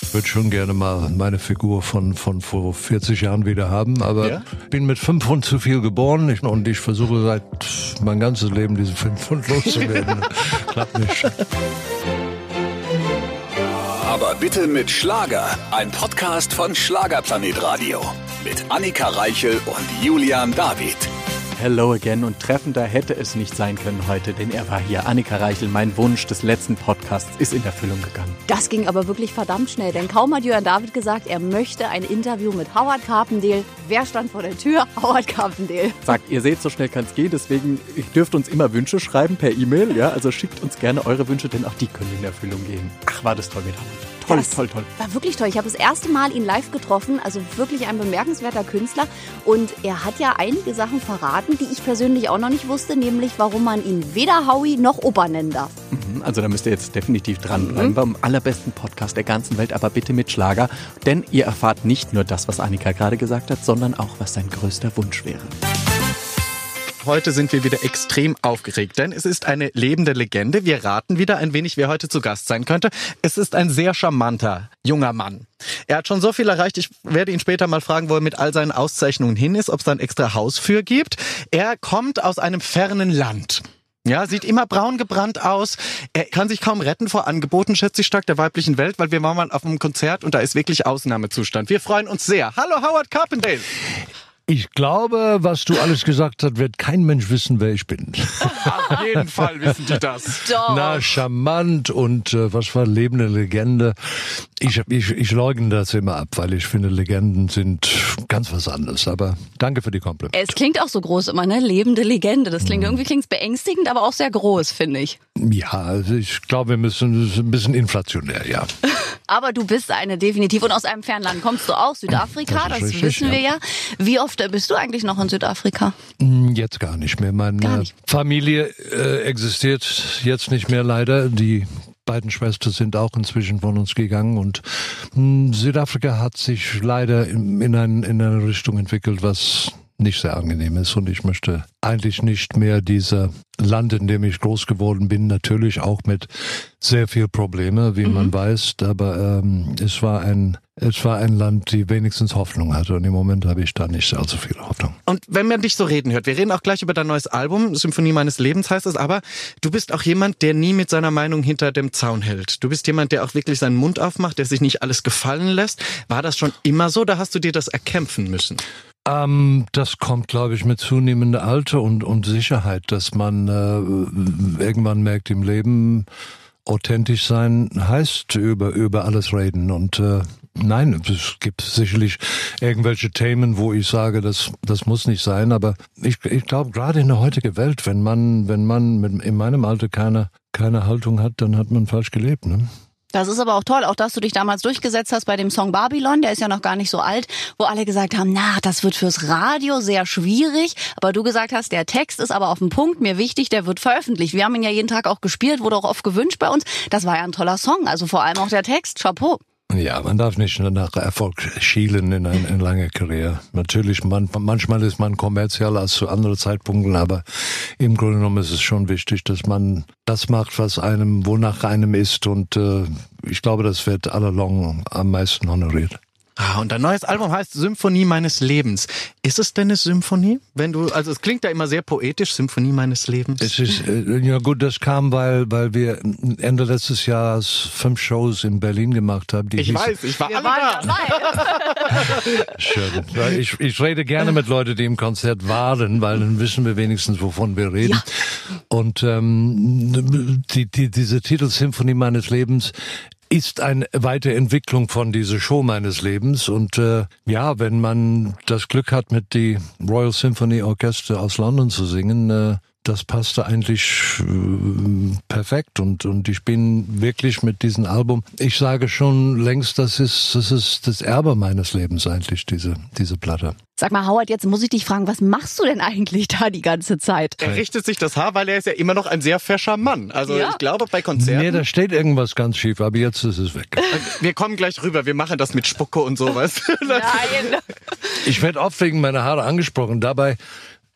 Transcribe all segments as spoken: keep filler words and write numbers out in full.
Ich würde schon gerne mal meine Figur von, von vor vierzig Jahren wieder haben, aber ja? ich bin mit fünf Pfund zu viel geboren ich, und ich versuche seit mein ganzes Leben diese fünf Pfund loszuwerden. Klappt nicht. Aber bitte mit Schlager, ein Podcast von Schlagerplanet Radio mit Annika Reichel und Julian David. Hello again und treffender hätte es nicht sein können heute, denn er war hier. Annika Reichel, mein Wunsch des letzten Podcasts ist in Erfüllung gegangen. Das ging aber wirklich verdammt schnell, denn kaum hat Julian David gesagt, er möchte ein Interview mit Howard Carpendale. Wer stand vor der Tür? Howard Carpendale. Sagt, ihr seht, so schnell kann es gehen, deswegen ihr dürft uns immer Wünsche schreiben per E-Mail, ja, also schickt uns gerne eure Wünsche, denn auch die können in Erfüllung gehen. Ach, war das toll mit Howard. Toll, das toll, toll. War wirklich toll. Ich habe das erste Mal ihn live getroffen, also wirklich ein bemerkenswerter Künstler. Und er hat ja einige Sachen verraten, die ich persönlich auch noch nicht wusste, nämlich warum man ihn weder Howie noch Opa nennen darf. Mhm, also da müsst ihr jetzt definitiv dranbleiben. Mhm. Beim allerbesten Podcast der ganzen Welt, aber bitte mit Schlager. Denn ihr erfahrt nicht nur das, was Annika gerade gesagt hat, sondern auch, was sein größter Wunsch wäre. Heute sind wir wieder extrem aufgeregt, denn es ist eine lebende Legende. Wir raten wieder ein wenig, wer heute zu Gast sein könnte. Es ist ein sehr charmanter junger Mann. Er hat schon so viel erreicht, ich werde ihn später mal fragen, wo er mit all seinen Auszeichnungen hin ist, ob es da ein extra Haus für gibt. Er kommt aus einem fernen Land. Ja, sieht immer braun gebrannt aus. Er kann sich kaum retten vor Angeboten, schätze ich stark, der weiblichen Welt, weil wir waren mal auf einem Konzert und da ist wirklich Ausnahmezustand. Wir freuen uns sehr. Hallo Howard Carpendale. Ich glaube, was du alles gesagt hast, wird kein Mensch wissen, wer ich bin. Auf jeden Fall wissen die das. Doch. Na, charmant und äh, was war lebende Legende. Ich, ich, ich leugne das immer ab, weil ich finde, Legenden sind ganz was anderes. Aber danke für die Komplimente. Es klingt auch so groß immer, ne? Lebende Legende. Das klingt irgendwie klingt's beängstigend, aber auch sehr groß, finde ich. Ja, also ich glaube, wir müssen das ist ein bisschen inflationär, ja. Aber du bist eine definitiv. Und aus einem Fernland kommst du auch, Südafrika, das, das richtig, wissen wir ja. ja. Wie oft bist du eigentlich noch in Südafrika? Jetzt gar nicht mehr. Meine gar nicht. Familie äh, existiert jetzt nicht mehr leider. Die beiden Schwestern sind auch inzwischen von uns gegangen und mh, Südafrika hat sich leider in, in, ein, in eine Richtung entwickelt, was nicht sehr angenehm ist und ich möchte eigentlich nicht mehr dieser Land, in dem ich groß geworden bin, natürlich auch mit sehr viel Probleme, wie mhm. man weiß, aber ähm, es war ein es war ein Land, die wenigstens Hoffnung hatte und im Moment habe ich da nicht allzu viel Hoffnung. Und wenn man dich so reden hört, wir reden auch gleich über dein neues Album, Symphonie meines Lebens heißt es, aber du bist auch jemand, der nie mit seiner Meinung hinter dem Zaun hält. Du bist jemand, der auch wirklich seinen Mund aufmacht, der sich nicht alles gefallen lässt. War das schon immer so, da hast du dir das erkämpfen müssen? Ähm, das kommt, glaube ich, mit zunehmendem Alter und, und Sicherheit, dass man äh, irgendwann merkt im Leben, authentisch sein heißt über, über alles reden und äh, nein, es gibt sicherlich irgendwelche Themen, wo ich sage, das, das muss nicht sein, aber ich, ich glaube, gerade in der heutigen Welt, wenn man, wenn man mit, in meinem Alter keine, keine Haltung hat, dann hat man falsch gelebt, ne? Das ist aber auch toll, auch dass du dich damals durchgesetzt hast bei dem Song Babylon, der ist ja noch gar nicht so alt, wo alle gesagt haben, na, das wird fürs Radio sehr schwierig, aber du gesagt hast, der Text ist aber auf den Punkt, mir wichtig, der wird veröffentlicht. Wir haben ihn ja jeden Tag auch gespielt, wurde auch oft gewünscht bei uns. Das war ja ein toller Song, also vor allem auch der Text, Chapeau. Ja, man darf nicht nach Erfolg schielen in eine, eine lange Karriere. Natürlich, man, manchmal ist man kommerzieller als zu anderen Zeitpunkten, aber im Grunde genommen ist es schon wichtig, dass man das macht, was einem, wonach einem ist und äh, ich glaube, das wird allalong am meisten honoriert. Ah, und dein neues Album heißt Symphonie meines Lebens. Ist es denn eine Symphonie? Wenn du, also es klingt ja immer sehr poetisch, Symphonie meines Lebens. Es ist, äh, ja gut, das kam, weil, weil wir Ende letztes Jahres fünf Shows in Berlin gemacht haben. Die ich hieß, weiß, ich war wir alle waren da. Schön. Ich, ich rede gerne mit Leuten, die im Konzert waren, weil dann wissen wir wenigstens, wovon wir reden. Ja. Und ähm, die, die, diese Titel Symphonie meines Lebens ist eine Weiterentwicklung von dieser Show meines Lebens und äh, ja, wenn man das Glück hat, mit die Royal Symphony Orchestra aus London zu singen, äh, das passte eigentlich äh, perfekt und und ich bin wirklich mit diesem Album, ich sage schon längst, das ist das ist das Erbe meines Lebens eigentlich, diese diese Platte. Sag mal, Howard, jetzt muss ich dich fragen, was machst du denn eigentlich da die ganze Zeit? Er richtet sich das Haar, weil er ist ja immer noch ein sehr fescher Mann. Also ja. Ich glaube, bei Konzerten... Nee, da steht irgendwas ganz schief, aber jetzt ist es weg. Wir kommen gleich rüber, wir machen das mit Spucke und sowas. Nein. Ich werde oft wegen meiner Haare angesprochen, dabei...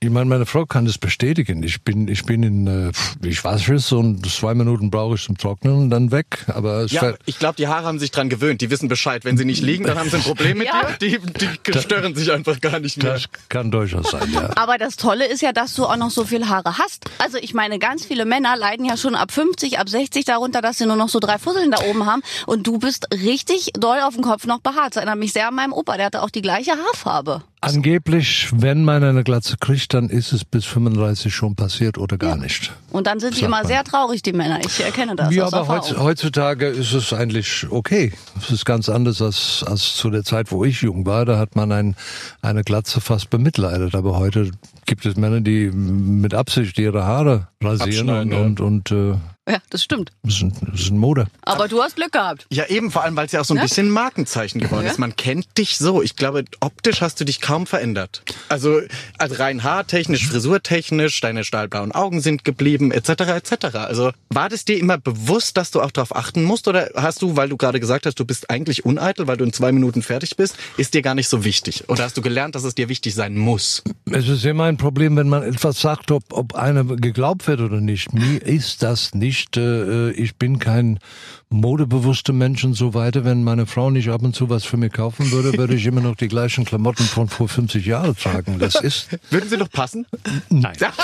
Ich meine, meine Frau kann das bestätigen. Ich bin, ich bin in, ich wasche es und zwei Minuten brauche ich zum Trocknen und dann weg. Aber es ja, ich glaube, die Haare haben sich dran gewöhnt. Die wissen Bescheid. Wenn sie nicht liegen, dann haben sie ein Problem mit Ja. dir. Die, die stören sich einfach gar nicht mehr. Das kann durchaus sein, ja. Aber das Tolle ist ja, dass du auch noch so viel Haare hast. Also ich meine, ganz viele Männer leiden ja schon ab fünfzig, ab sechzig darunter, dass sie nur noch so drei Fusseln da oben haben. Und du bist richtig doll auf dem Kopf noch behaart. Das erinnert mich sehr an meinen Opa. Der hatte auch die gleiche Haarfarbe. Angeblich, wenn man eine Glatze kriegt, dann ist es bis fünfunddreißig schon passiert oder gar Ja. nicht. Und dann sind die Sagt immer man. sehr traurig, die Männer. Ich erkenne das Ja, aus aber Erfahrung. heutz, heutzutage ist es eigentlich okay. Es ist ganz anders als, als zu der Zeit, wo ich jung war. Da hat man ein, eine Glatze fast bemitleidet. Aber heute gibt es Männer, die mit Absicht ihre Haare rasieren und, Abschneiden, ja. und, und äh, Ja, das stimmt. das ist, das ist Mode. Aber du hast Glück gehabt. Ja, eben, vor allem, weil es ja auch so ein Ja. bisschen ein Markenzeichen geworden Ja. ist. Man kennt dich so. Ich glaube, optisch hast du dich kaum verändert. Also, also rein haartechnisch, frisurtechnisch, deine stahlblauen Augen sind geblieben, et cetera, et cetera. Also, war das dir immer bewusst, dass du auch darauf achten musst? Oder hast du, weil du gerade gesagt hast, du bist eigentlich uneitel, weil du in zwei Minuten fertig bist, ist dir gar nicht so wichtig? Oder hast du gelernt, dass es dir wichtig sein muss? Es ist immer ein Problem, wenn man etwas sagt, ob, ob einer geglaubt wird oder nicht. Mir ist das nicht. Äh, ich bin kein modebewusster Mensch und so weiter. Wenn meine Frau nicht ab und zu was für mich kaufen würde, würde ich immer noch die gleichen Klamotten von vor fünfzig Jahren tragen. Das ist... Würden sie doch passen? Nein. Das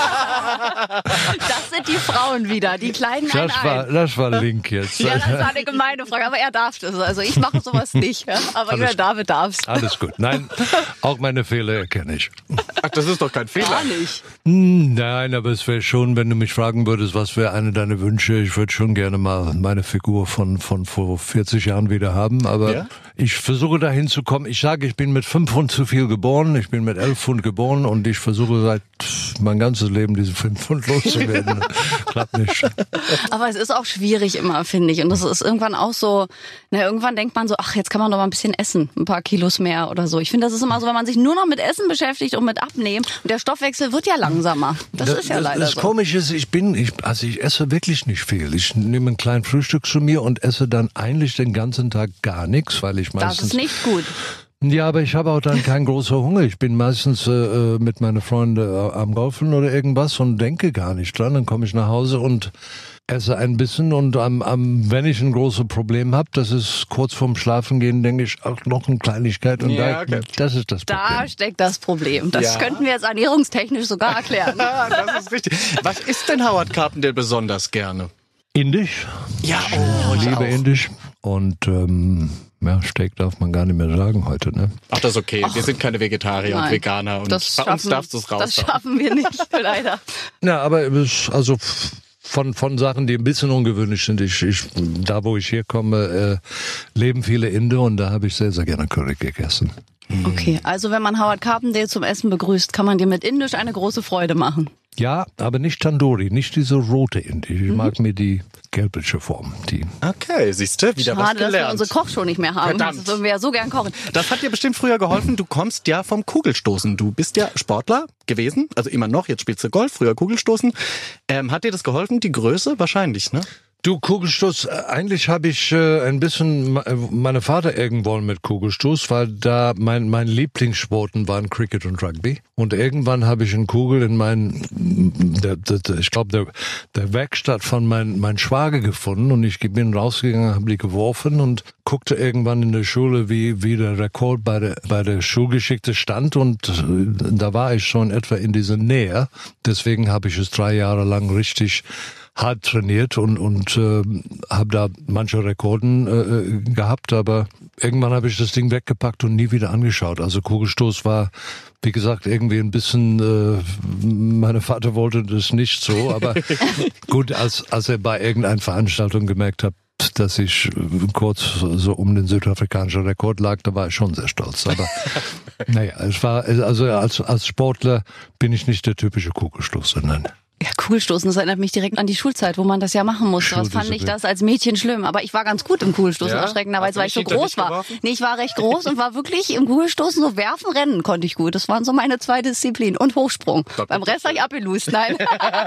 sind die Frauen wieder, die kleiden einen Das war, ein. das war Link jetzt. Ja, das war eine gemeine Frage, aber er darf das. Also ich mache sowas nicht, ja? Aber Alles- der David darf's. Alles gut. Nein, auch meine Fehler erkenne ich. Ach, das ist doch kein Fehler. Gar nicht. Hm, Nein, aber es wäre schon, wenn du mich fragen würdest, was wäre eine deiner Wünsche, ich würde schon gerne mal meine Figur von, von vor vierzig Jahren wieder haben, aber Ja? ich versuche dahin zu kommen. Ich sage, ich bin mit fünf Pfund zu viel geboren, ich bin mit elf Pfund geboren und ich versuche seit mein ganzes Leben diese fünf Pfund loszuwerden. Klappt nicht. Aber es ist auch schwierig immer, finde ich. Und das ist irgendwann auch so, na, irgendwann denkt man so, ach, jetzt kann man doch mal ein bisschen essen, ein paar Kilos mehr oder so. Ich finde, das ist immer so, wenn man sich nur noch mit Essen beschäftigt und mit Abnehmen. Und der Stoffwechsel wird ja langsamer. Das, ist ja leider das so. Komische ist, ich bin, ich, also ich esse wirklich nicht viel. Ich nehme ein kleines Frühstück zu mir und esse dann eigentlich den ganzen Tag gar nichts, weil ich meistens... Das ist nicht gut. Ja, aber ich habe auch dann keinen großen Hunger. Ich bin meistens äh, mit meinen Freunden äh, am Golfen oder irgendwas und denke gar nicht dran. Dann komme ich nach Hause und esse ein bisschen und am, am, wenn ich ein großes Problem habe, das ist kurz vorm Schlafengehen, denke ich, ach, noch eine Kleinigkeit und Ja, da, okay. das ist das Problem. Da steckt das Problem. Das Ja. könnten wir jetzt ernährungstechnisch sogar erklären. Ah, das ist richtig. Was isst denn Howard Carpendale besonders gerne? Indisch. Ja, oh, Ich ich liebe auch. Indisch und ähm, ja, Steak darf man gar nicht mehr sagen heute, ne? Ach, das ist okay. Wir sind keine Vegetarier und Nein. Veganer und Das bei uns schaffen- darfst du es raus. Das schaffen wir nicht, leider. Ja, aber es, also f- von von Sachen, die ein bisschen ungewöhnlich sind. Ich, ich da wo ich herkomme, äh, leben viele Inder und da habe ich sehr sehr gerne Curry gegessen. Okay, also wenn man Howard Carpendale zum Essen begrüßt, kann man dir mit Indisch eine große Freude machen. Ja, aber nicht Tandoori, nicht diese rote Indisch. Ich mag mir die gelbliche Form. Die Okay, siehst du, wieder was Schade, dass wir gelernt. unsere Kochshow nicht mehr haben. Verdammt. Das würden wir ja so gern kochen. Das hat dir bestimmt früher geholfen. Du kommst ja vom Kugelstoßen. Du bist ja Sportler gewesen, also immer noch. Jetzt spielst du Golf, früher Kugelstoßen. Ähm, hat dir das geholfen, die Größe? Wahrscheinlich, ne? Du, Kugelstoß, äh, eigentlich habe ich äh, ein bisschen äh, meine Vater irgendwann mit Kugelstoß, weil da mein mein Lieblingssporten waren Cricket und Rugby. Und irgendwann habe ich eine Kugel in mein, der, der, der, ich glaube, der, der Werkstatt von mein, mein Schwager gefunden und ich bin rausgegangen, habe die geworfen und guckte irgendwann in der Schule, wie, wie der Rekord bei der, bei der Schulgeschichte stand und äh, da war ich schon etwa in dieser Nähe. Deswegen habe ich es drei Jahre lang richtig hart trainiert und und äh, habe da manche Rekorden äh, gehabt, aber irgendwann habe ich das Ding weggepackt und nie wieder angeschaut. Also Kugelstoß war, wie gesagt, irgendwie ein bisschen, äh, mein Vater wollte das nicht so, aber gut, als als er bei irgendeiner Veranstaltung gemerkt hat, dass ich kurz so um den südafrikanischen Rekord lag, da war ich schon sehr stolz. Aber naja, es war, also als als Sportler bin ich nicht der typische Kugelstoßer, nein. Ja, Kugelstoßen, das erinnert mich direkt an die Schulzeit, wo man das ja machen musste. Was fand ich Schuldisziplin. das als Mädchen schlimm. Aber ich war ganz gut im Kugelstoßen, Ja? erschreckenderweise, weil ich Hast du so nicht groß hinter dich war. geworfen? Nee, ich war recht groß und war wirklich im Kugelstoßen so werfen, rennen konnte ich gut. Das waren so meine zwei Disziplinen. Und Hochsprung. Gott, Beim Rest habe ich abgelust. Nein.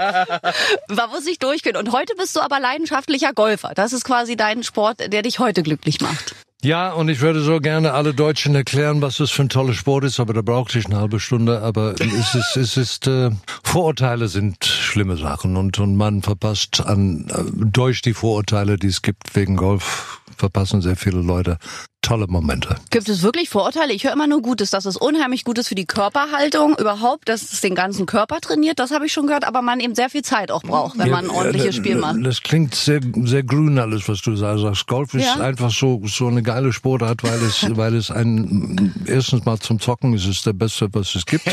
War, muss ich durchgehen. Und heute bist du aber leidenschaftlicher Golfer. Das ist quasi dein Sport, der dich heute glücklich macht. Ja, und ich würde so gerne alle Deutschen erklären, was das für ein toller Sport ist, aber da brauchte ich eine halbe Stunde. Aber es ist, es ist, äh, Vorurteile sind schlimme Sachen und, und man verpasst an, äh, durch die Vorurteile, die es gibt wegen Golf, verpassen sehr viele Leute tolle Momente. Gibt es wirklich Vorurteile? Ich höre immer nur Gutes, dass es unheimlich gut ist für die Körperhaltung, überhaupt, dass es den ganzen Körper trainiert, das habe ich schon gehört, aber man eben sehr viel Zeit auch braucht, wenn man ein ordentliches Spiel macht. Das klingt sehr, sehr grün alles, was du sagst. Golf ist ja einfach so, so eine geile Sportart, weil es, weil es ein, erstens mal zum Zocken ist es der beste, was es gibt.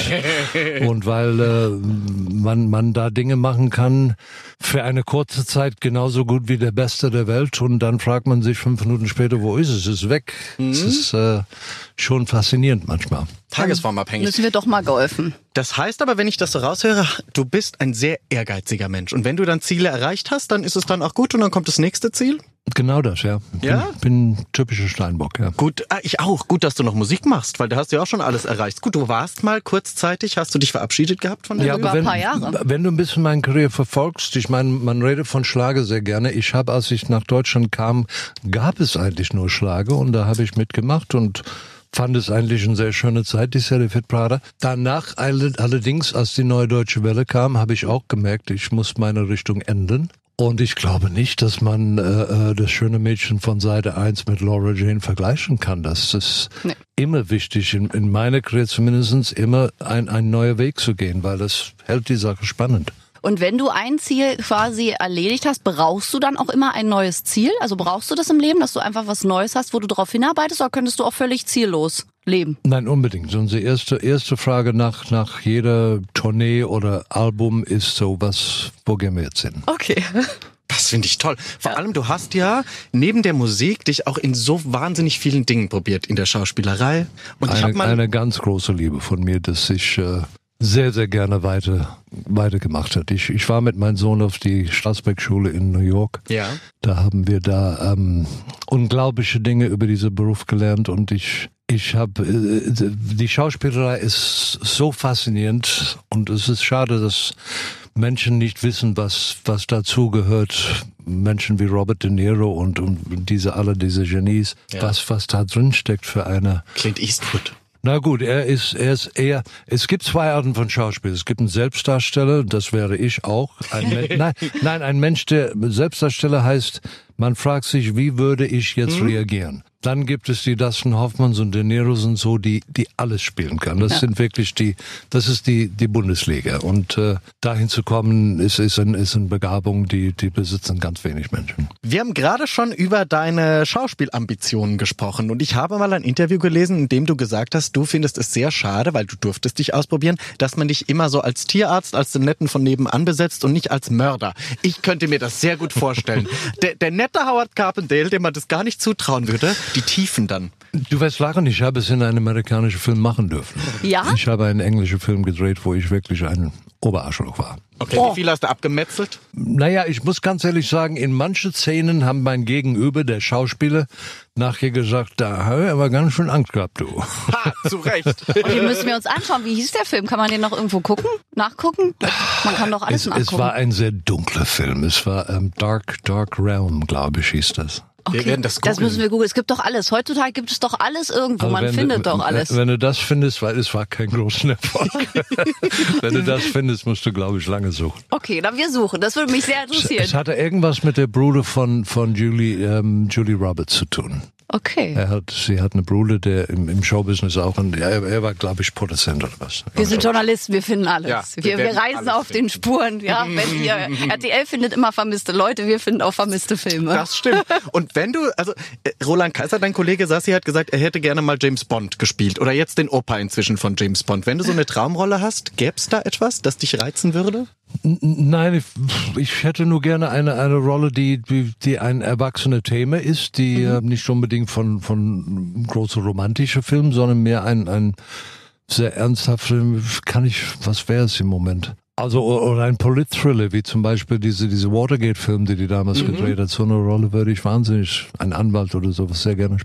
Und weil äh, man, man da Dinge machen kann für eine kurze Zeit genauso gut wie der Beste der Welt und dann fragt man sich fünf Minuten später, wo ist es? Es ist weg. Mhm. Es ist äh, schon faszinierend manchmal. Tagesformabhängig. Müssen wir doch mal golfen. Das heißt aber, wenn ich das so raushöre, du bist ein sehr ehrgeiziger Mensch. Und wenn du dann Ziele erreicht hast, dann ist es dann auch gut und dann kommt das nächste Ziel? Genau das, ja. Ja? Bin, bin typischer Steinbock, ja. Gut, ah, ich auch. Gut, dass du noch Musik machst, weil da hast du ja auch schon alles erreicht. Gut, du warst mal kurzzeitig, hast du dich verabschiedet gehabt von der Ja, Musik? aber wenn, ein paar Jahre. wenn du ein bisschen meine Karriere verfolgst, ich meine, man redet von Schlager sehr gerne. Ich habe, als ich nach Deutschland kam, gab es eigentlich nur Schlager und da habe ich mitgemacht und fand es eigentlich eine sehr schöne Zeit, die Serie Hitparade. Danach allerdings, als die Neue Deutsche Welle kam, habe ich auch gemerkt, ich muss meine Richtung ändern. Und ich glaube nicht, dass man äh, das schöne Mädchen von Seite eins mit Laura Jane vergleichen kann. Das ist nee. immer wichtig, in, in meiner Karriere zumindest immer ein, ein neuer Weg zu gehen, weil das hält die Sache spannend. Und wenn du ein Ziel quasi erledigt hast, brauchst du dann auch immer ein neues Ziel? Also brauchst du das im Leben, dass du einfach was Neues hast, wo du darauf hinarbeitest, oder könntest du auch völlig ziellos leben? Nein, unbedingt. Unsere erste, erste Frage nach, nach jeder Tournee oder Album ist so, was, wo gehen wir jetzt hin? Okay. Das finde ich toll. Vor ja. allem, du hast ja neben der Musik dich auch in so wahnsinnig vielen Dingen probiert, in der Schauspielerei. Und eine, ich hab mal eine ganz große Liebe von mir, dass ich äh, sehr, sehr gerne weiter, weiter gemacht hat. Ich, ich war mit meinem Sohn auf die Straßberg-Schule in New York. Ja. Da haben wir da ähm, unglaubliche Dinge über diesen Beruf gelernt und ich Ich habe, äh, die Schauspielerei ist so faszinierend und es ist schade, dass Menschen nicht wissen, was was dazu gehört. Menschen wie Robert De Niro und, und diese alle diese Genies, ja. was was da drin steckt für eine. Clint Eastwood. Na gut, er ist, er ist eher, es gibt zwei Arten von Schauspiel. Es gibt einen Selbstdarsteller, das wäre ich auch. Ein Men- nein, nein, ein Mensch, der Selbstdarsteller heißt, man fragt sich, wie würde ich jetzt mhm. reagieren? Dann gibt es die Dustin Hoffmans und De Niros und so, die die alles spielen kann. Das ja. sind wirklich die, das ist die die Bundesliga. Und äh, dahin zu kommen, ist ist, ein, ist eine Begabung, die die besitzen ganz wenig Menschen. Wir haben gerade schon über deine Schauspielambitionen gesprochen und ich habe mal ein Interview gelesen, in dem du gesagt hast, du findest es sehr schade, weil du durftest dich ausprobieren, dass man dich immer so als Tierarzt, als den Netten von nebenan besetzt und nicht als Mörder. Ich könnte mir das sehr gut vorstellen. der, der nette Howard Carpendale, dem man das gar nicht zutrauen würde, die Tiefen dann. Du wirst lachen, ich habe es in einem amerikanischen Film machen dürfen. Ja? Ich habe einen englischen Film gedreht, wo ich wirklich ein Oberarschloch war. Okay, oh. Wie viel hast du abgemetzelt? Naja, ich muss ganz ehrlich sagen, in manchen Szenen haben mein Gegenüber, der Schauspieler, nachher gesagt, da habe ich aber ganz schön Angst gehabt, du. Ha, zu Recht. Und den müssen wir uns anschauen. Wie hieß der Film? Kann man den noch irgendwo gucken? Nachgucken? Man kann doch alles es, nachgucken. Es war ein sehr dunkler Film. Es war ähm, Dark, Dark Realm, glaube ich, hieß das. Okay, wir werden das googeln. Das müssen wir googeln. Es gibt doch alles. Heutzutage gibt es doch alles irgendwo. Also Man findet du, doch alles. Wenn du das findest, weil es war kein großer Erfolg. Wenn du das findest, musst du, glaube ich, lange suchen. Okay, dann wir suchen. Das würde mich sehr interessieren. Es hatte irgendwas mit der Bruder von, von Julie, ähm, Julie Roberts zu tun. Okay. Er hat, sie hat eine Bruder, der im, im Showbusiness auch, und er, er war, glaube ich, Produzent oder was. Wir sind Journalisten, wir finden alles. Ja, wir, wir, wir reisen auf finden. den Spuren. Ja, wenn ihr, R T L findet immer vermisste Leute, wir finden auch vermisste Filme. Das stimmt. Und wenn du, also Roland Kaiser, dein Kollege Sassi, hat gesagt, er hätte gerne mal James Bond gespielt oder jetzt den Opa inzwischen von James Bond. Wenn du so eine Traumrolle hast, gäb's da etwas, das dich reizen würde? Nein, ich, ich hätte nur gerne eine eine Rolle, die die, die ein erwachsener Thema ist, die mhm. äh, nicht unbedingt von von großer romantischer Film, sondern mehr ein ein sehr ernsthafter. Kann ich, was wäre es im Moment? Also oder ein Polit-Thriller, wie zum Beispiel diese diese Watergate-Film, die die damals mhm. gedreht hat. So eine Rolle würde ich wahnsinnig, ein Anwalt oder sowas, sehr gerne spielen.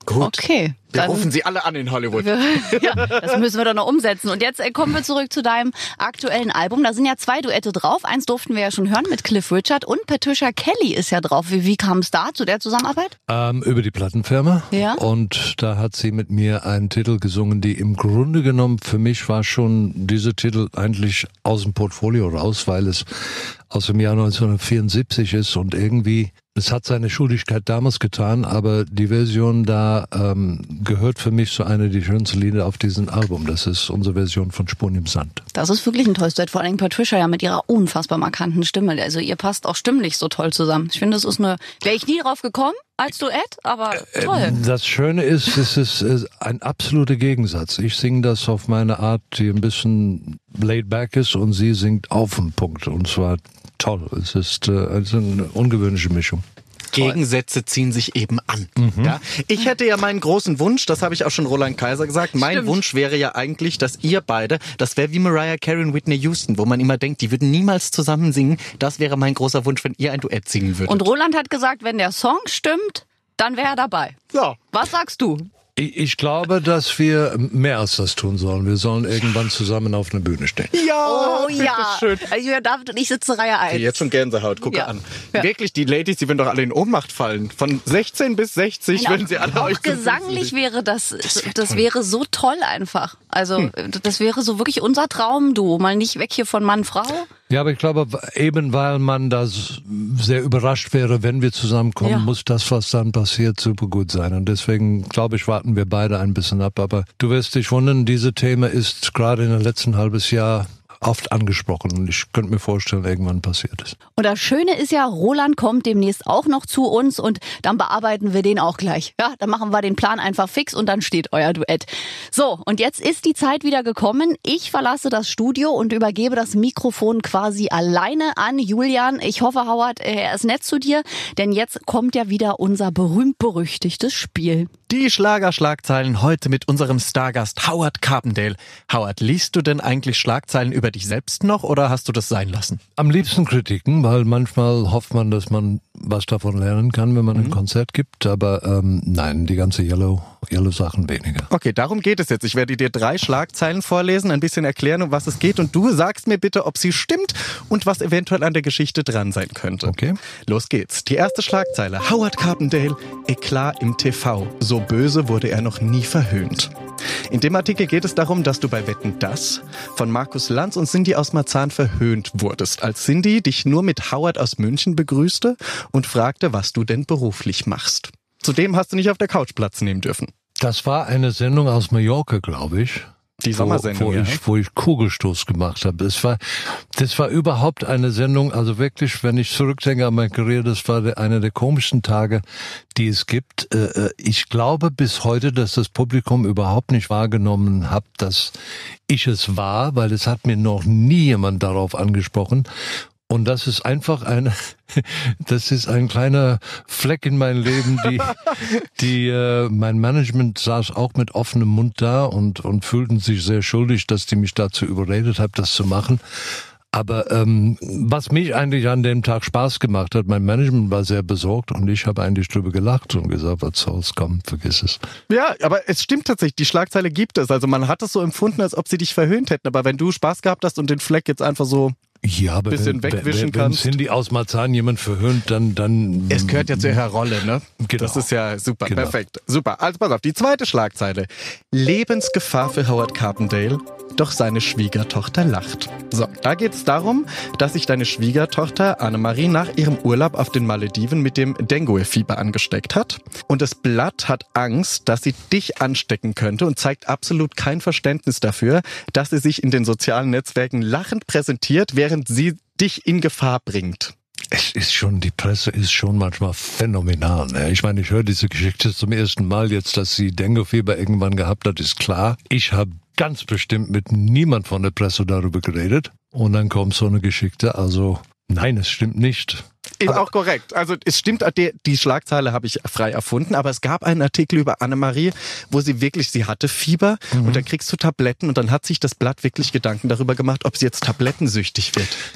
Gut. Okay. Wir Dann, rufen sie alle an in Hollywood. ja, das müssen wir doch noch umsetzen. Und jetzt äh, kommen wir zurück zu deinem aktuellen Album. Da sind ja zwei Duette drauf. Eins durften wir ja schon hören mit Cliff Richard und Patricia Kelly ist ja drauf. Wie, wie kam es da zu der Zusammenarbeit? Ähm, über die Plattenfirma. Ja. Und da hat sie mit mir einen Titel gesungen, die im Grunde genommen für mich war schon dieser Titel eigentlich aus dem Portfolio raus, weil es aus dem Jahr neunzehnhundertvierundsiebzig ist und irgendwie, es hat seine Schuldigkeit damals getan, aber die Version da ähm, gehört für mich zu einer der schönsten Lieder auf diesem Album. Das ist unsere Version von Spuren im Sand. Das ist wirklich ein tolles Duett, vor allem Patricia ja mit ihrer unfassbar markanten Stimme. Also ihr passt auch stimmlich so toll zusammen. Ich finde, das ist eine, wäre ich nie drauf gekommen als Duett, aber toll. Das Schöne ist, es ist ein absoluter Gegensatz. Ich singe das auf meine Art, die ein bisschen laid back ist und sie singt auf den Punkt und zwar toll. Es ist äh, also eine ungewöhnliche Mischung. Gegensätze ziehen sich eben an. Mhm. Ja? Ich hätte ja meinen großen Wunsch, das habe ich auch schon Roland Kaiser gesagt, mein Stimmt. Wunsch wäre ja eigentlich, dass ihr beide, das wäre wie Mariah Carey und Whitney Houston, wo man immer denkt, die würden niemals zusammen singen. Das wäre mein großer Wunsch, wenn ihr ein Duett singen würdet. Und Roland hat gesagt, wenn der Song stimmt, dann wäre er dabei. So. Was sagst du? Ich, ich glaube, dass wir mehr als das tun sollen. Wir sollen irgendwann zusammen auf einer Bühne stehen. Ja, Oh ja. schön. Also David und ich sitzen Reihe eins. Okay, jetzt schon Gänsehaut, gucke Ja. an. Ja. Wirklich, die Ladies, die würden doch alle in Ohnmacht fallen. Von sechzehn bis sechzig Nein, würden sie alle auch euch zu gesanglich Füßen wäre das, Das das, wär das toll. wäre so toll einfach. Also Hm. das wäre so wirklich unser Traumduo. Mal nicht weg hier von Mann, Frau. Ja, aber ich glaube, eben weil man da sehr überrascht wäre, wenn wir zusammenkommen, Ja. muss das, was dann passiert, super gut sein. Und deswegen, glaube ich, warten wir beide ein bisschen ab. Aber du wirst dich wundern, dieses Thema ist gerade in den letzten halbes Jahr oft angesprochen und ich könnte mir vorstellen, irgendwann passiert ist. Und das Schöne ist ja, Roland kommt demnächst auch noch zu uns und dann bearbeiten wir den auch gleich. Ja, dann machen wir den Plan einfach fix und dann steht euer Duett. So, und jetzt ist die Zeit wieder gekommen. Ich verlasse das Studio und übergebe das Mikrofon quasi alleine an Julian. Ich hoffe, Howard, er ist nett zu dir, denn jetzt kommt ja wieder unser berühmt-berüchtigtes Spiel. Die Schlager-Schlagzeilen heute mit unserem Stargast Howard Carpendale. Howard, liest du denn eigentlich Schlagzeilen über dich selbst noch oder hast du das sein lassen? Am liebsten Kritiken, weil manchmal hofft man, dass man was davon lernen kann, wenn man ein Konzert gibt. Aber ähm, nein, die ganze Yellow, Yellow Sachen weniger. Okay, darum geht es jetzt. Ich werde dir drei Schlagzeilen vorlesen, ein bisschen erklären, um was es geht. Und du sagst mir bitte, ob sie stimmt und was eventuell an der Geschichte dran sein könnte. Okay. Los geht's. Die erste Schlagzeile. Howard Carpendale, Eklat im T V. So böse wurde er noch nie verhöhnt. In dem Artikel geht es darum, dass du bei Wetten, dass von Markus Lanz und Cindy aus Marzahn verhöhnt wurdest, als Cindy dich nur mit Howard aus München begrüßte und fragte, was du denn beruflich machst. Zudem hast du nicht auf der Couch Platz nehmen dürfen. Das war eine Sendung aus Mallorca, glaube ich. Die Sommersendung, wo, wo ja. ich, wo ich Kugelstoß gemacht habe. Das war, das war überhaupt eine Sendung, also wirklich, wenn ich zurückdenke an meine Karriere, das war der, einer der komischsten Tage, die es gibt. Äh, ich glaube bis heute, dass das Publikum überhaupt nicht wahrgenommen hat, dass ich es war, weil es hat mir noch nie jemand darauf angesprochen. Und das ist einfach eine, das ist ein kleiner Fleck in meinem Leben, die, die, äh, mein Management saß auch mit offenem Mund da und, und fühlten sich sehr schuldig, dass die mich dazu überredet haben, das zu machen. Aber ähm, was mich eigentlich an dem Tag Spaß gemacht hat, mein Management war sehr besorgt und ich habe eigentlich drüber gelacht und gesagt, was soll's, komm, vergiss es. Ja, aber es stimmt tatsächlich, die Schlagzeile gibt es. Also man hat es so empfunden, als ob sie dich verhöhnt hätten. Aber wenn du Spaß gehabt hast und den Fleck jetzt einfach so Ja, aber bisschen wenn, wegwischen wenn, wenn kannst. Cindy aus Marzahn jemand verhöhnt, dann, dann. Es gehört ja zu ihrer Rolle, ne? Genau. Das ist ja super, Genau. perfekt. Super. Also pass auf, die zweite Schlagzeile. Lebensgefahr für Howard Carpendale, doch seine Schwiegertochter lacht. So, da geht es darum, dass sich deine Schwiegertochter Annemarie nach ihrem Urlaub auf den Malediven mit dem Dengue-Fieber angesteckt hat. Und das Blatt hat Angst, dass sie dich anstecken könnte und zeigt absolut kein Verständnis dafür, dass sie sich in den sozialen Netzwerken lachend präsentiert, während sie dich in Gefahr bringt. Es ist schon, die Presse ist schon manchmal phänomenal. Ne? Ich meine, ich höre diese Geschichte zum ersten Mal jetzt, dass sie Denguefieber irgendwann gehabt hat, ist klar. Ich habe ganz bestimmt mit niemand von der Presse darüber geredet. Und dann kommt so eine Geschichte. Also nein, es stimmt nicht. Ist auch korrekt. Also es stimmt, die, die Schlagzeile habe ich frei erfunden, aber es gab einen Artikel über Annemarie, wo sie wirklich, sie hatte Fieber mhm. und dann kriegst du Tabletten und dann hat sich das Blatt wirklich Gedanken darüber gemacht, ob sie jetzt tablettensüchtig wird.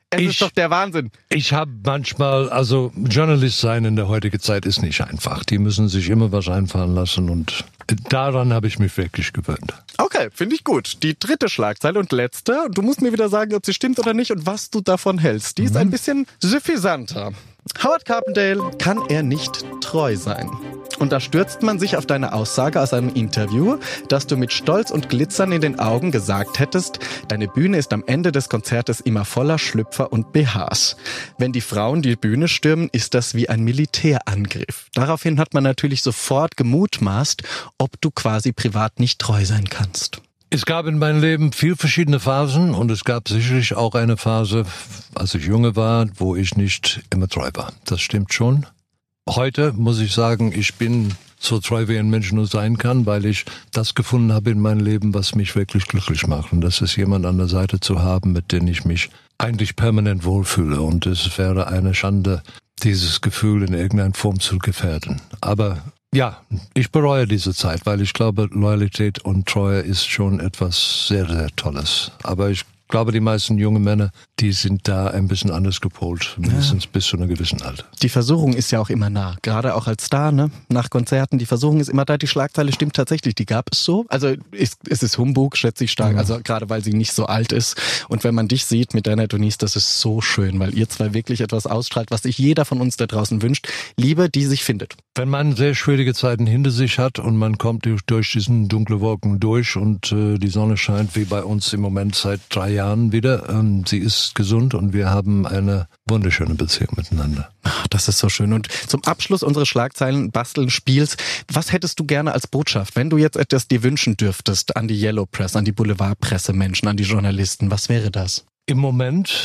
Es ich, ist doch der Wahnsinn. Ich habe manchmal, also Journalist sein in der heutigen Zeit ist nicht einfach. Die müssen sich immer was einfallen lassen und daran habe ich mich wirklich gewöhnt. Okay, finde ich gut. Die dritte Schlagzeile und letzte. Du musst mir wieder sagen, ob sie stimmt oder nicht und was du davon hältst. Die ist ein bisschen suffisanter. Howard Carpendale kann er nicht treu sein. Und da stürzt man sich auf deine Aussage aus einem Interview, dass du mit Stolz und Glitzern in den Augen gesagt hättest, deine Bühne ist am Ende des Konzertes immer voller Schlüpfer und B Hs. Wenn die Frauen die Bühne stürmen, ist das wie ein Militärangriff. Daraufhin hat man natürlich sofort gemutmaßt, ob du quasi privat nicht treu sein kannst. Es gab in meinem Leben viel verschiedene Phasen und es gab sicherlich auch eine Phase, als ich junge war, wo ich nicht immer treu war. Das stimmt schon. Heute muss ich sagen, ich bin so treu wie ein Mensch nur sein kann, weil ich das gefunden habe in meinem Leben, was mich wirklich glücklich macht. Und das ist jemand an der Seite zu haben, mit dem ich mich eigentlich permanent wohlfühle. Und es wäre eine Schande, dieses Gefühl in irgendeiner Form zu gefährden. Aber ja, ich bereue diese Zeit, weil ich glaube, Loyalität und Treue ist schon etwas sehr, sehr Tolles. Aber ich glaube, die meisten jungen Männer, die sind da ein bisschen anders gepolt, mindestens ja. bis zu einer gewissen Alter. Die Versuchung ist ja auch immer nah, gerade auch als Star, ne? Nach Konzerten, die Versuchung ist immer da, die Schlagzeile stimmt tatsächlich, die gab es so. Also ist, es ist Humbug, schätze ich stark, mhm. also gerade weil sie nicht so alt ist. Und wenn man dich sieht mit deiner Denise, das ist so schön, weil ihr zwei wirklich etwas ausstrahlt, was sich jeder von uns da draußen wünscht. Liebe, die sich findet. Wenn man sehr schwierige Zeiten hinter sich hat und man kommt durch, durch diesen dunklen Wolken durch und äh, die Sonne scheint, wie bei uns im Moment seit drei Jahren wieder. Ähm, sie ist gesund und wir haben eine wunderschöne Beziehung miteinander. Ach, das ist so schön. Und zum Abschluss unseres Schlagzeilen basteln Spiels, was hättest du gerne als Botschaft, wenn du jetzt etwas dir wünschen dürftest an die Yellow Press, an die Boulevardpressemenschen, an die Journalisten? Was wäre das? Im Moment,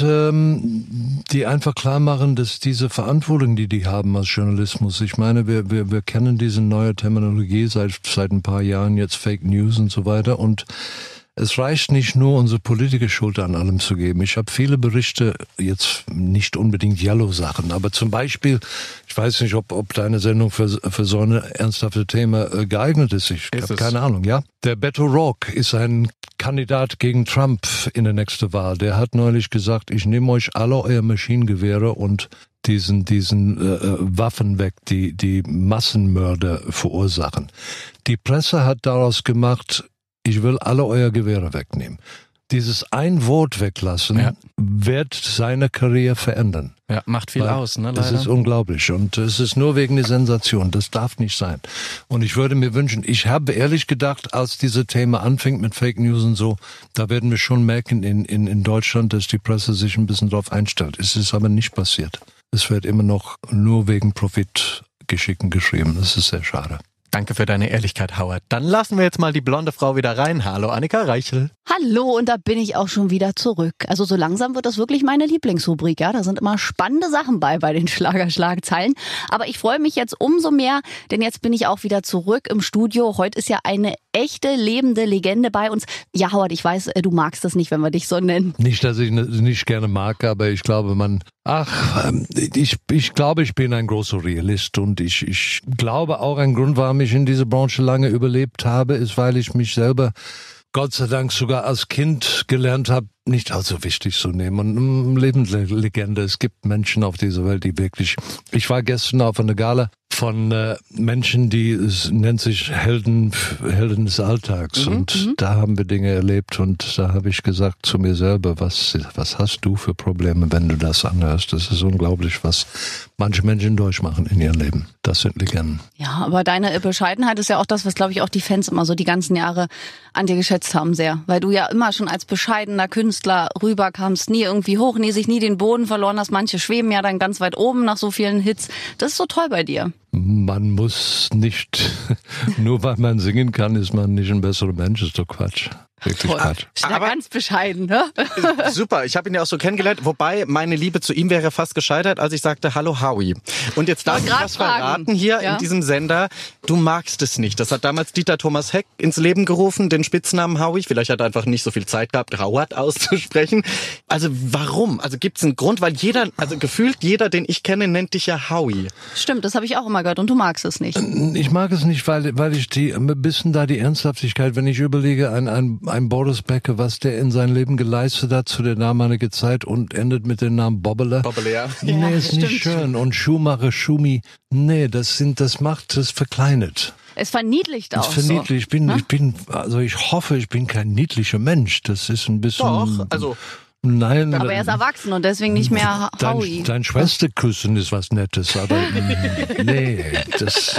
ähm, die einfach klar machen, dass diese Verantwortung, die die haben als Journalismus, ich meine, wir, wir, wir kennen diese neue Terminologie seit, seit ein paar Jahren, jetzt Fake News und so weiter und es reicht nicht nur, unsere Politiker Schuld an allem zu geben. Ich habe viele Berichte, jetzt nicht unbedingt Yellow-Sachen, aber zum Beispiel, ich weiß nicht, ob, ob deine Sendung für, für so ein ernsthaftes Thema geeignet ist. Ich habe keine Ahnung, ja. Der Beto O'Rourke ist ein Kandidat gegen Trump in der nächsten Wahl. Der hat neulich gesagt, ich nehme euch alle euer Maschinengewehre und diesen diesen äh, Waffen weg, die die Massenmörder verursachen. Die Presse hat daraus gemacht, ich will alle euer Gewehre wegnehmen. Dieses ein Wort weglassen ja. wird seine Karriere verändern. Ja, macht viel Weil aus, ne? Leider. Das ist unglaublich und es ist nur wegen der Sensation. Das darf nicht sein. Und ich würde mir wünschen, ich habe ehrlich gedacht, als dieses Thema anfängt mit Fake News und so, da werden wir schon merken in, in, in Deutschland, dass die Presse sich ein bisschen drauf einstellt. Es ist aber nicht passiert. Es wird immer noch nur wegen Profitgeschicken geschrieben. Das ist sehr schade. Danke für deine Ehrlichkeit, Howard. Dann lassen wir jetzt mal die blonde Frau wieder rein. Hallo, Annika Reichel. Hallo, und da bin ich auch schon wieder zurück. Also so langsam wird das wirklich meine Lieblingsrubrik, ja. Da sind immer spannende Sachen bei, bei den Schlagerschlagzeilen. Aber ich freue mich jetzt umso mehr, denn jetzt bin ich auch wieder zurück im Studio. Heute ist ja eine echte, lebende Legende bei uns. Ja, Howard, ich weiß, du magst das nicht, wenn wir dich so nennen. Nicht, dass ich es nicht gerne mag, aber ich glaube, man, ach, ich, ich glaube, ich bin ein großer Realist und ich, ich glaube auch ein Grund, warum ich in dieser Branche lange überlebt habe, ist, weil ich mich selber Gott sei Dank sogar als Kind gelernt habe, nicht allzu wichtig zu nehmen. Und Lebenslegende, es gibt Menschen auf dieser Welt, die wirklich... Ich war gestern auf einer Gala von äh, Menschen, die, es nennt sich Helden, Helden des Alltags. Mhm, und m- da haben wir Dinge erlebt und da habe ich gesagt zu mir selber, was, was hast du für Probleme, wenn du das anhörst? Das ist unglaublich, was manche Menschen durchmachen in ihrem Leben. Das sind Legenden. Ja, aber deine Bescheidenheit ist ja auch das, was, glaube ich, auch die Fans immer so die ganzen Jahre an dir geschätzt haben sehr. Weil du ja immer schon als bescheidener Künstler rüberkamst, nie irgendwie hochnäsig, nie den Boden verloren hast. Manche schweben ja dann ganz weit oben nach so vielen Hits. Das ist so toll bei dir. Man muss nicht, nur weil man singen kann, ist man nicht ein besserer Mensch. Das ist doch Quatsch. Wirklich Toll. Quatsch. Ist ja ganz bescheiden, ne? Super, ich habe ihn ja auch so kennengelernt. Wobei, meine Liebe zu ihm wäre fast gescheitert, als ich sagte, hallo Howie. Und jetzt darf ich was fragen. verraten hier ja? in diesem Sender. Du magst es nicht. Das hat damals Dieter Thomas Heck ins Leben gerufen, den Spitznamen Howie. Vielleicht hat er einfach nicht so viel Zeit gehabt, Howard auszusprechen. Also warum? Also gibt es einen Grund? Weil jeder, also gefühlt jeder, den ich kenne, nennt dich ja Howie. Stimmt, das habe ich auch immer gehört und du magst es nicht. Ich mag es nicht, weil, weil ich die, ein bisschen da die Ernsthaftigkeit, wenn ich überlege, ein, ein ein Boris Becker, was der in seinem Leben geleistet hat zu der damaligen Zeit und endet mit dem Namen Bobbele. Bobbele, ja. Nee, Ja, ist nicht stimmt. schön. Und Schumacher, Schumi, nee, das sind, das macht, das verkleinert. Es verniedlicht Das auch verniedlicht. so. Ich bin, Ne? ich bin, also ich hoffe, ich bin kein niedlicher Mensch. Das ist ein bisschen. Doch, also Nein. Aber er ist erwachsen und deswegen nicht mehr Howie. Dein, dein Schwester küssen ist was Nettes, aber mm, nee, das.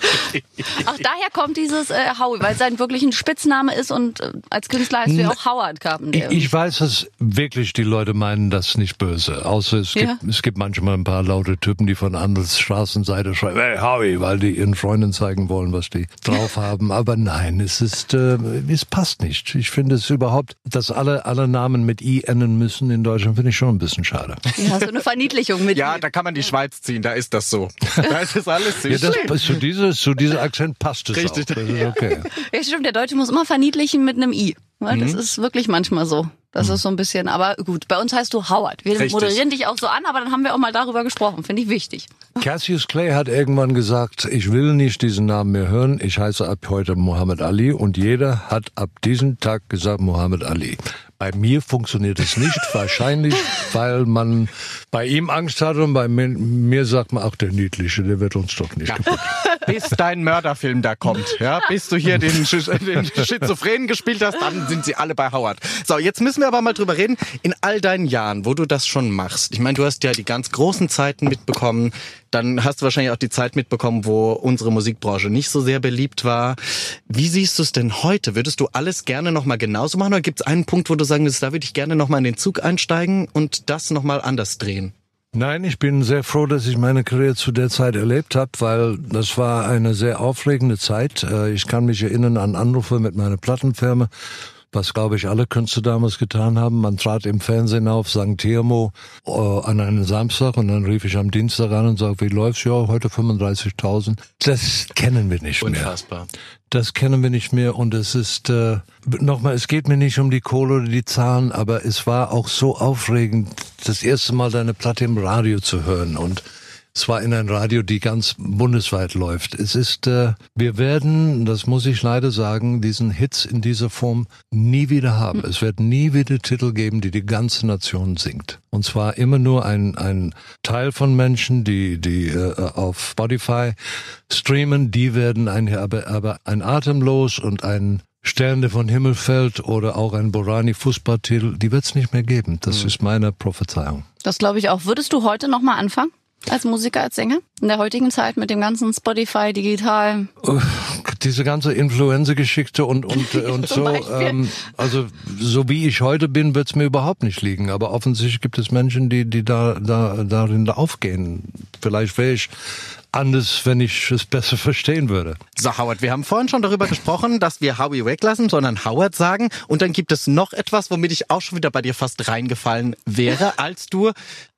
Ach, daher kommt dieses äh, Howie, weil sein wirklich ein Spitzname ist und äh, als Künstler heißt du ja auch Howard Carpendale. Ich, ich weiß, dass wirklich die Leute meinen das nicht böse. Außer es Ja. gibt, es gibt manchmal ein paar laute Typen, die von anderer Straßenseite schreiben, hey Howie, weil die ihren Freunden zeigen wollen, was die drauf haben. Aber nein, es ist, äh, es passt nicht. Ich finde es überhaupt, dass alle, alle Namen mit I enden müssen in Deutschland, finde ich schon ein bisschen schade. Ja, so eine Verniedlichung mit. ja, da kann man die Schweiz ziehen, da ist das so. Da ist das alles Ja, süß. das, zu, dieser, zu dieser Akzent passt es Richtig. auch. Das ist okay. Ja, stimmt, der Deutsche muss immer verniedlichen mit einem I. Ja, das ist wirklich manchmal so. Das ist so ein bisschen, aber gut, bei uns heißt du Howard. Wir Richtig. moderieren dich auch so an, aber dann haben wir auch mal darüber gesprochen. Finde ich wichtig. Cassius Clay hat irgendwann gesagt, ich will nicht diesen Namen mehr hören, ich heiße ab heute Muhammad Ali und jeder hat ab diesem Tag gesagt Muhammad Ali. Bei mir funktioniert es nicht, wahrscheinlich, weil man bei ihm Angst hat und bei mir, mir sagt man, ach der Niedliche, der wird uns doch nicht kaputt. Bis dein Mörderfilm da kommt, ja, bis du hier den, Sch- den Schizophrenen gespielt hast, dann sind sie alle bei Howard. So, jetzt müssen wir aber mal drüber reden, in all deinen Jahren, wo du das schon machst. Ich meine, du hast ja die ganz großen Zeiten mitbekommen, dann hast du wahrscheinlich auch die Zeit mitbekommen, wo unsere Musikbranche nicht so sehr beliebt war. Wie siehst du es denn heute? Würdest du alles gerne nochmal genauso machen oder gibt es einen Punkt, wo du sagen würdest, da würde ich gerne nochmal in den Zug einsteigen und das nochmal anders drehen? Nein, ich bin sehr froh, dass ich meine Karriere zu der Zeit erlebt habe, weil das war eine sehr aufregende Zeit. Ich kann mich erinnern an Anrufe mit meiner Plattenfirma, was, glaube ich, alle Künstler damals getan haben. Man trat im Fernsehen auf, Sankt Telmo, äh, an einem Samstag und dann rief ich am Dienstag an und sagte, wie läuft's? Ja, heute fünfunddreißigtausend. Das kennen wir nicht mehr. Unfassbar. Das kennen wir nicht mehr und es ist, äh, nochmal, es geht mir nicht um die Kohle oder die Zahlen, aber es war auch so aufregend, das erste Mal deine Platte im Radio zu hören und es war in einem Radio, die ganz bundesweit läuft. Es ist, äh, wir werden, das muss ich leider sagen, diesen Hits in dieser Form nie wieder haben. Es wird nie wieder Titel geben, die die ganze Nation singt. Und zwar immer nur ein, ein Teil von Menschen, die, die äh, auf Spotify streamen, die werden ein, aber, aber ein Atemlos und ein Stern, der von Himmel fällt oder auch ein Borani-Fußballtitel, die wird es nicht mehr geben. Das ist meine Prophezeiung. Das glaube ich auch. Würdest du heute noch mal anfangen? Als Musiker, als Sänger? In der heutigen Zeit mit dem ganzen Spotify, digital? Diese ganze Influencer-Geschichte und, und, und Zum so, Beispiel. ähm, also so wie ich heute bin, wird's mir überhaupt nicht liegen. Aber offensichtlich gibt es Menschen, die, die da, da, darin aufgehen. Vielleicht wäre ich anders, wenn ich es besser verstehen würde. So, Howard, wir haben vorhin schon darüber gesprochen, dass wir Howie weglassen, sondern Howard sagen. Und dann gibt es noch etwas, womit ich auch schon wieder bei dir fast reingefallen wäre, als du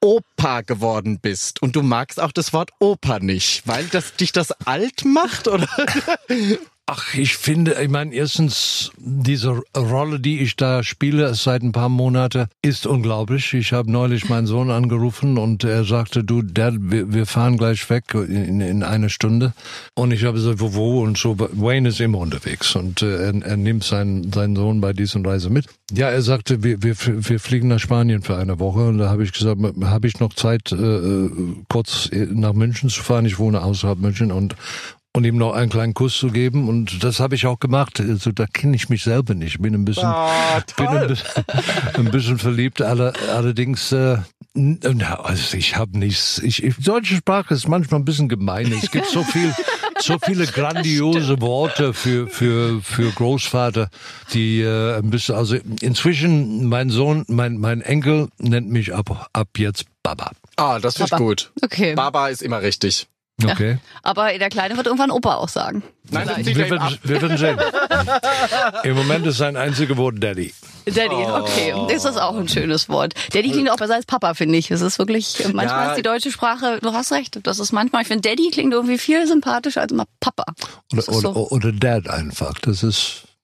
Opa geworden bist. Und du magst auch das Wort Opa nicht, weil das dich das alt macht, oder? Ach, ich finde, ich meine, erstens, diese Rolle, die ich da spiele seit ein paar Monaten, ist unglaublich. Ich habe neulich meinen Sohn angerufen und er sagte, du, Dad, wir, wir fahren gleich weg in, in eine Stunde. Und ich habe gesagt, wo, wo? Und so, Wayne ist immer unterwegs und äh, er, er nimmt seinen, seinen Sohn bei dieser Reise mit. Ja, er sagte, wir, wir, wir fliegen nach Spanien für eine Woche. Und da habe ich gesagt, habe ich noch Zeit, äh, kurz nach München zu fahren? Ich wohne außerhalb München und Und ihm noch einen kleinen Kuss zu geben. Und das habe ich auch gemacht. Also, da kenne ich mich selber nicht. Ich bin ein bisschen, Ah, bin ein bisschen, ein bisschen verliebt. Aller, allerdings, äh, also ich habe nichts. Ich, ich, deutsche Sprache ist manchmal ein bisschen gemein. Es gibt so viel, so viele grandiose Worte für für für Großvater, die äh, ein bisschen. Also inzwischen, mein Sohn, mein mein Enkel nennt mich ab ab jetzt Baba. Ah, das finde ich Baba. gut. Okay. Baba ist immer richtig. Okay. Aber der Kleine wird irgendwann Opa auch sagen. Nein, das Wir zieht er ihm werden, ab. wir werden sehen. Im Moment ist sein einziges Wort Daddy. Daddy, okay. Das ist auch ein schönes Wort. Daddy klingt auch besser als Papa, finde ich. Es ist wirklich, manchmal Ja. ist die deutsche Sprache, du hast recht, das ist manchmal, ich finde Daddy klingt irgendwie viel sympathischer als immer Papa. Das Oder, ist oder, so. oder Dad einfach. Das ist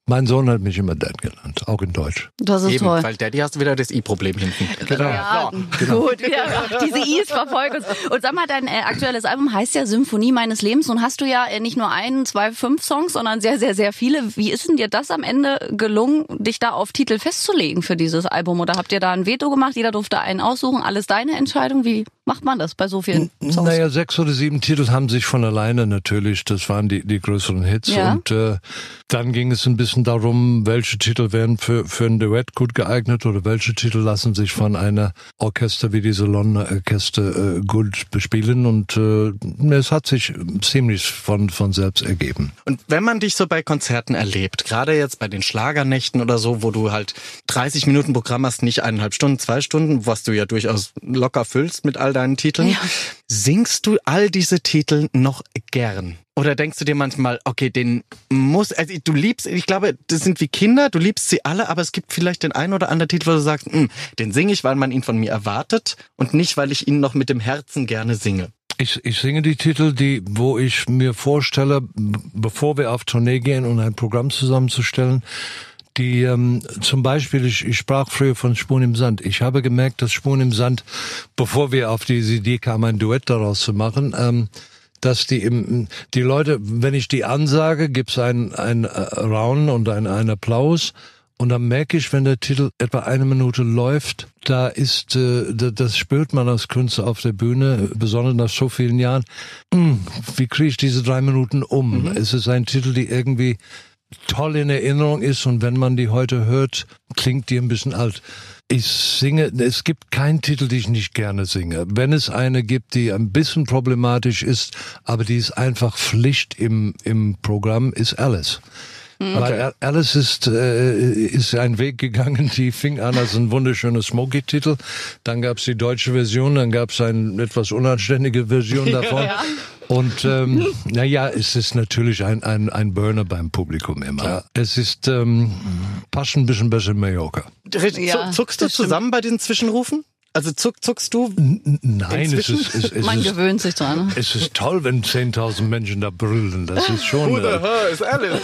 Mein Sohn hat mich immer Dad genannt, auch in Deutsch. Das ist Eben, toll. weil Daddy hast du wieder das I-Problem hinten. Genau. Ja, genau. gut. Ja, diese I's verfolgen uns. Und sag mal, dein äh, aktuelles Album heißt ja Symphonie meines Lebens. Und hast du ja äh, nicht nur ein, zwei, fünf Songs, sondern sehr, sehr, sehr viele. Wie ist denn dir das am Ende gelungen, dich da auf Titel festzulegen für dieses Album? Oder habt ihr da ein Veto gemacht? Jeder durfte einen aussuchen. Alles deine Entscheidung? Wie macht man das bei so vielen Songs? Naja, sechs oder sieben Titel haben sich von alleine natürlich, das waren die, die größeren Hits. Ja. Und äh, dann ging es ein bisschen darum, welche Titel wären für, für ein Duett gut geeignet oder welche Titel lassen sich von einer Orchester wie diese Londoner Orchester äh, gut bespielen. Und äh, es hat sich ziemlich von, von selbst ergeben. Und wenn man dich so bei Konzerten erlebt, gerade jetzt bei den Schlagernächten oder so, wo du halt dreißig Minuten Programm hast, nicht eineinhalb Stunden, zwei Stunden, was du ja durchaus locker füllst mit all deinen Titeln, Ja. singst du all diese Titel noch gern? Oder denkst du dir manchmal, okay, den muss, also du liebst, ich glaube, das sind wie Kinder, du liebst sie alle, aber es gibt vielleicht den einen oder anderen Titel, wo du sagst, den singe ich, weil man ihn von mir erwartet und nicht, weil ich ihn noch mit dem Herzen gerne singe. Ich, ich singe die Titel, die, wo ich mir vorstelle, bevor wir auf Tournee gehen, um ein Programm zusammenzustellen, die ähm, zum Beispiel, ich, ich sprach früher von Spuren im Sand. Ich habe gemerkt, dass Spuren im Sand, bevor wir auf diese Idee kamen, ein Duett daraus zu machen, ähm, dass die im, die Leute, wenn ich die ansage, gibt's ein ein Raunen und ein, ein Applaus. Und dann merke ich, wenn der Titel etwa eine Minute läuft, da ist, äh, das spürt man als Künstler auf der Bühne, besonders nach so vielen Jahren. Mh, wie kriege ich diese drei Minuten um? Mhm. Es ist ein Titel, die irgendwie toll in Erinnerung ist und wenn man die heute hört, klingt die ein bisschen alt. Ich singe, es gibt keinen Titel, den ich nicht gerne singe. Wenn es eine gibt, die ein bisschen problematisch ist, aber die ist einfach Pflicht im, im Programm, ist Alice. Okay. Weil Alice ist, äh, ist ein Weg gegangen, die fing an als ein wunderschöner Smokey-Titel. Dann gab's die deutsche Version, dann gab's eine etwas unanständige Version davon. Ja. Und ähm, naja, es ist natürlich ein, ein, ein Burner beim Publikum immer. Klar. Es ist ähm, passt ein bisschen besser in Mallorca. Ja, zuckst du zusammen bei diesen Zwischenrufen? Also zuck, zuckst du? N- nein, es ist, es, es Man ist, gewöhnt sich dran. Es ist toll, wenn zehntausend Menschen da brüllen. Das ist schon. Who the hell is Alice?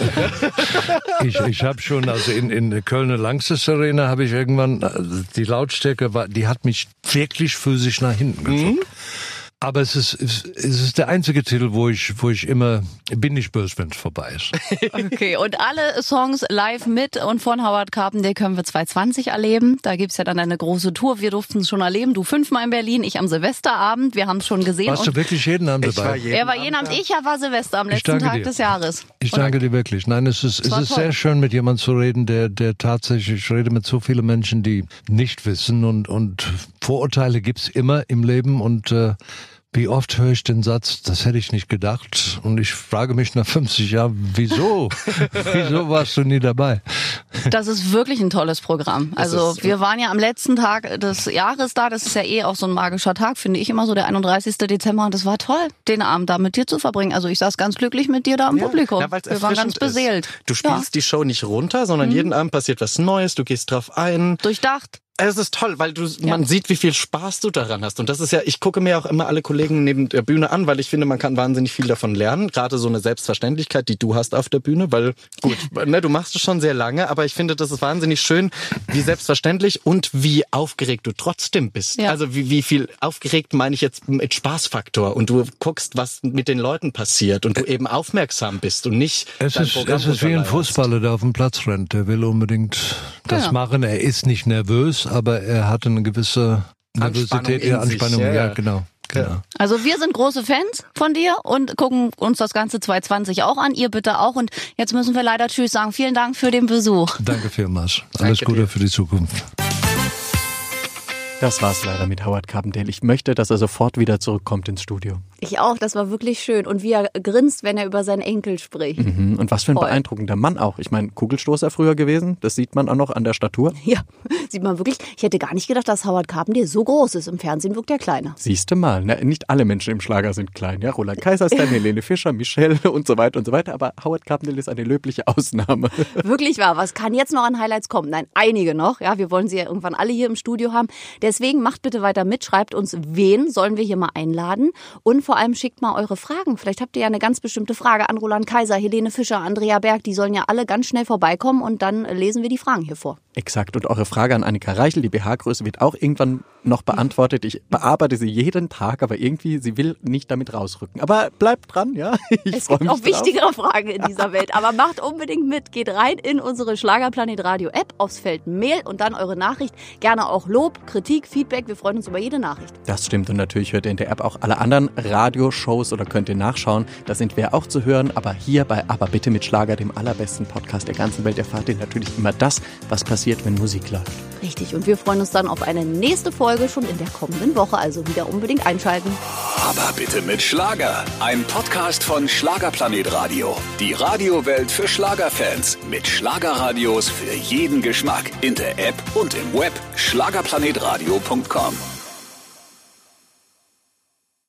ich ich habe schon, also in in der Kölner Langstes Arena habe ich irgendwann, die Lautstärke war, die hat mich wirklich physisch nach hinten gedrückt. Mhm. Aber es ist, es ist der einzige Titel, wo ich, wo ich immer, bin nicht böse, wenn es vorbei ist. Okay, und alle Songs live mit und von Howard Carpendale können wir zwanzig zwanzig erleben. Da gibt's ja dann eine große Tour. Wir durften es schon erleben. Du fünfmal in Berlin, ich am Silvesterabend. Wir haben es schon gesehen. Warst du wirklich jeden Abend dabei? War jeden er war jeden Abend, ich war Silvester am letzten Tag dir. des Jahres. Ich danke dir wirklich. Nein, es ist, es ist sehr schön, mit jemandem zu reden, der, der tatsächlich, ich rede mit so vielen Menschen, die nicht wissen und, und Vorurteile gibt's immer im Leben und, äh, wie oft höre ich den Satz, das hätte ich nicht gedacht. Und ich frage mich nach fünfzig Jahren, wieso? Wieso warst du nie dabei? Das ist wirklich ein tolles Programm. Also wir waren ja am letzten Tag des Jahres da. Das ist ja eh auch so ein magischer Tag, finde ich immer so, der einunddreißigsten Dezember. Und es war toll, den Abend da mit dir zu verbringen. Also ich saß ganz glücklich mit dir da im ja, Publikum. Ja, wir waren ganz beseelt. Ist. Du spielst ja. die Show nicht runter, sondern mhm. jeden Abend passiert was Neues. Du gehst drauf ein. Durchdacht. Es ist toll, weil du, ja. man sieht, wie viel Spaß du daran hast. Und das ist ja, ich gucke mir auch immer alle Kollegen neben der Bühne an, weil ich finde, man kann wahnsinnig viel davon lernen. Gerade so eine Selbstverständlichkeit, die du hast auf der Bühne, weil, gut, ne, du machst es schon sehr lange, aber ich finde, das ist wahnsinnig schön, wie selbstverständlich und wie aufgeregt du trotzdem bist. Ja. Also wie, wie viel aufgeregt meine ich jetzt mit Spaßfaktor und du guckst, was mit den Leuten passiert und du eben aufmerksam bist und nicht Es ist, es ist wie ein Fußballer, der auf dem Platz rennt. Der will unbedingt das ja. machen. Er ist nicht nervös, aber er hat eine gewisse Nervosität, Anspannung, Anspannung. Ja, ja, genau. Genau. Also wir sind große Fans von dir und gucken uns das ganze zwanzig zwanzig auch an. Ihr bitte auch. Und jetzt müssen wir leider Tschüss sagen. Vielen Dank für den Besuch. Danke vielmals. Alles Danke Gute dir. Für die Zukunft. Das war's leider mit Howard Carpendale. Ich möchte, dass er sofort wieder zurückkommt ins Studio. Ich auch, das war wirklich schön. Und wie er grinst, wenn er über seinen Enkel spricht. Mhm. Und was für ein Voll. beeindruckender Mann auch. Ich meine, Kugelstoßer früher gewesen, das sieht man auch noch an der Statur. Ja, sieht man wirklich. Ich hätte gar nicht gedacht, dass Howard Carpendale so groß ist. Im Fernsehen wirkt er kleiner. Siehste mal, na, nicht alle Menschen im Schlager sind klein. Ja, Roland Kaiserstein, Helene Fischer, Michelle und so weiter und so weiter. Aber Howard Carpendale ist eine löbliche Ausnahme. Wirklich wahr. Was kann jetzt noch an Highlights kommen? Nein, einige noch. Ja, wir wollen sie ja irgendwann alle hier im Studio haben. Deswegen macht bitte weiter mit. Schreibt uns, wen sollen wir hier mal einladen. Und und vor allem schickt mal eure Fragen. Vielleicht habt ihr ja eine ganz bestimmte Frage an Roland Kaiser, Helene Fischer, Andrea Berg. Die sollen ja alle ganz schnell vorbeikommen und dann lesen wir die Fragen hier vor. Exakt. Und eure Frage an Annika Reichel, die B H-Größe, wird auch irgendwann noch beantwortet. Ich bearbeite sie jeden Tag, aber irgendwie, sie will nicht damit rausrücken. Aber bleibt dran, ja. Ich es gibt mich auch drauf. wichtigere Fragen in dieser Welt. Aber macht unbedingt mit. Geht rein in unsere Schlagerplanet Radio App, aufs Feld Mail und dann eure Nachricht. Gerne auch Lob, Kritik, Feedback. Wir freuen uns über jede Nachricht. Das stimmt. Und natürlich hört ihr in der App auch alle anderen Radioshows oder könnt ihr nachschauen. Da sind wir auch zu hören. Aber hier bei Aber bitte mit Schlager, dem allerbesten Podcast der ganzen Welt, erfahrt ihr natürlich immer das, was passiert, wenn Musik läuft. Richtig. Und wir freuen uns dann auf eine nächste Folge schon in der kommenden Woche. Also wieder unbedingt einschalten. Aber bitte mit Schlager. Ein Podcast von Schlagerplanet Radio. Die Radiowelt für Schlagerfans. Mit Schlagerradios für jeden Geschmack. In der App und im Web. schlagerplanetradio punkt com.